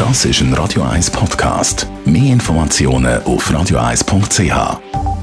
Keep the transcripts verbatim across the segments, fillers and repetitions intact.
Das ist ein Radio eins Podcast. Mehr Informationen auf radio eins punkt c h.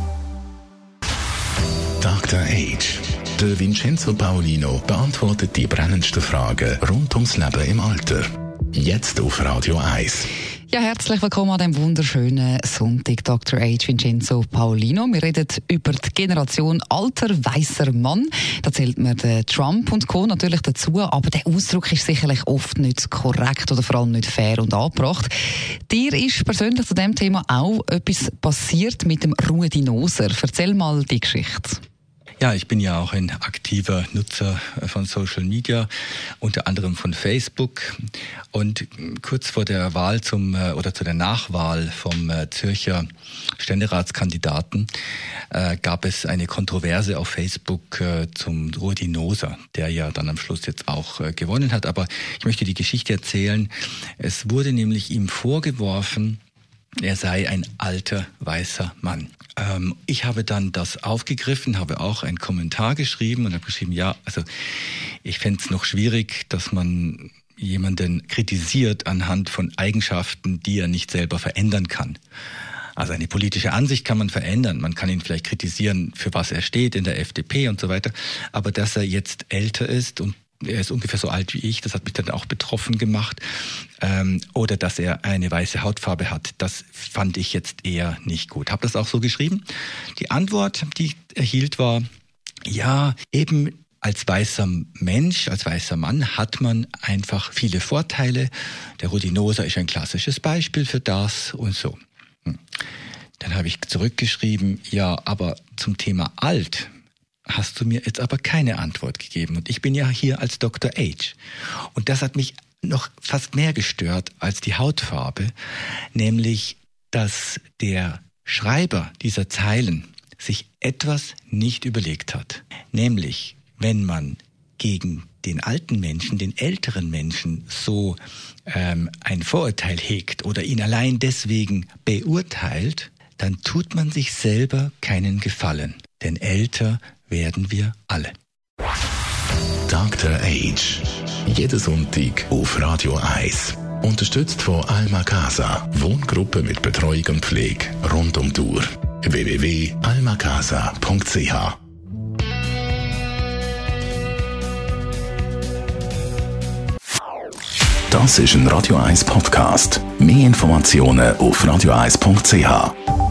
Doktor Age. Der Vincenzo Paolino beantwortet die brennendsten Fragen rund ums Leben im Alter. Jetzt auf Radio eins. Ja, herzlich willkommen an diesem wunderschönen Sonntag, Doktor Age Vincenzo Paolino. Wir reden über die Generation alter, weisser Mann. Da zählt man den Trump und Co. natürlich dazu, aber der Ausdruck ist sicherlich oft nicht korrekt oder vor allem nicht fair und angebracht. Dir ist persönlich zu diesem Thema auch etwas passiert mit dem Rudi Noser. Erzähl mal die Geschichte. Ja, ich bin ja auch ein aktiver Nutzer von Social Media, unter anderem von Facebook. Und kurz vor der Wahl zum oder zu der Nachwahl vom Zürcher Ständeratskandidaten äh, gab es eine Kontroverse auf Facebook äh, zum Rudi Noser, der ja dann am Schluss jetzt auch äh, gewonnen hat. Aber ich möchte die Geschichte erzählen. Es wurde nämlich ihm vorgeworfen, er sei ein alter, weißer Mann. Ähm, ich habe dann das aufgegriffen, habe auch einen Kommentar geschrieben und habe geschrieben, ja, also ich fände es noch schwierig, dass man jemanden kritisiert anhand von Eigenschaften, die er nicht selber verändern kann. Also eine politische Ansicht kann man verändern. Man kann ihn vielleicht kritisieren, für was er steht in der F D P und so weiter. Aber dass er jetzt älter ist und er ist ungefähr so alt wie ich, das hat mich dann auch betroffen gemacht. Ähm, oder dass er eine weiße Hautfarbe hat, das fand ich jetzt eher nicht gut. Habe das auch so geschrieben. Die Antwort, die ich erhielt, war, ja, eben als weißer Mensch, als weißer Mann hat man einfach viele Vorteile. Der Rudi Noser ist ein klassisches Beispiel für das und so. Hm. Dann habe ich zurückgeschrieben, ja, aber zum Thema alt hast du mir jetzt aber keine Antwort gegeben. Und ich bin ja hier als Doktor Age. Und das hat mich noch fast mehr gestört als die Hautfarbe, nämlich, dass der Schreiber dieser Zeilen sich etwas nicht überlegt hat. Nämlich, wenn man gegen den alten Menschen, den älteren Menschen so ähm, ein Vorurteil hegt oder ihn allein deswegen beurteilt, dann tut man sich selber keinen Gefallen. Denn älter werden wir alle. Doktor Age. Jeden Sonntag auf Radio eins. Unterstützt von Alma Casa. Wohngruppe mit Betreuung und Pflege rund um die Uhr. w w w punkt alma casa punkt c h. Das ist ein Radio eins Podcast. Mehr Informationen auf radio eins punkt c h.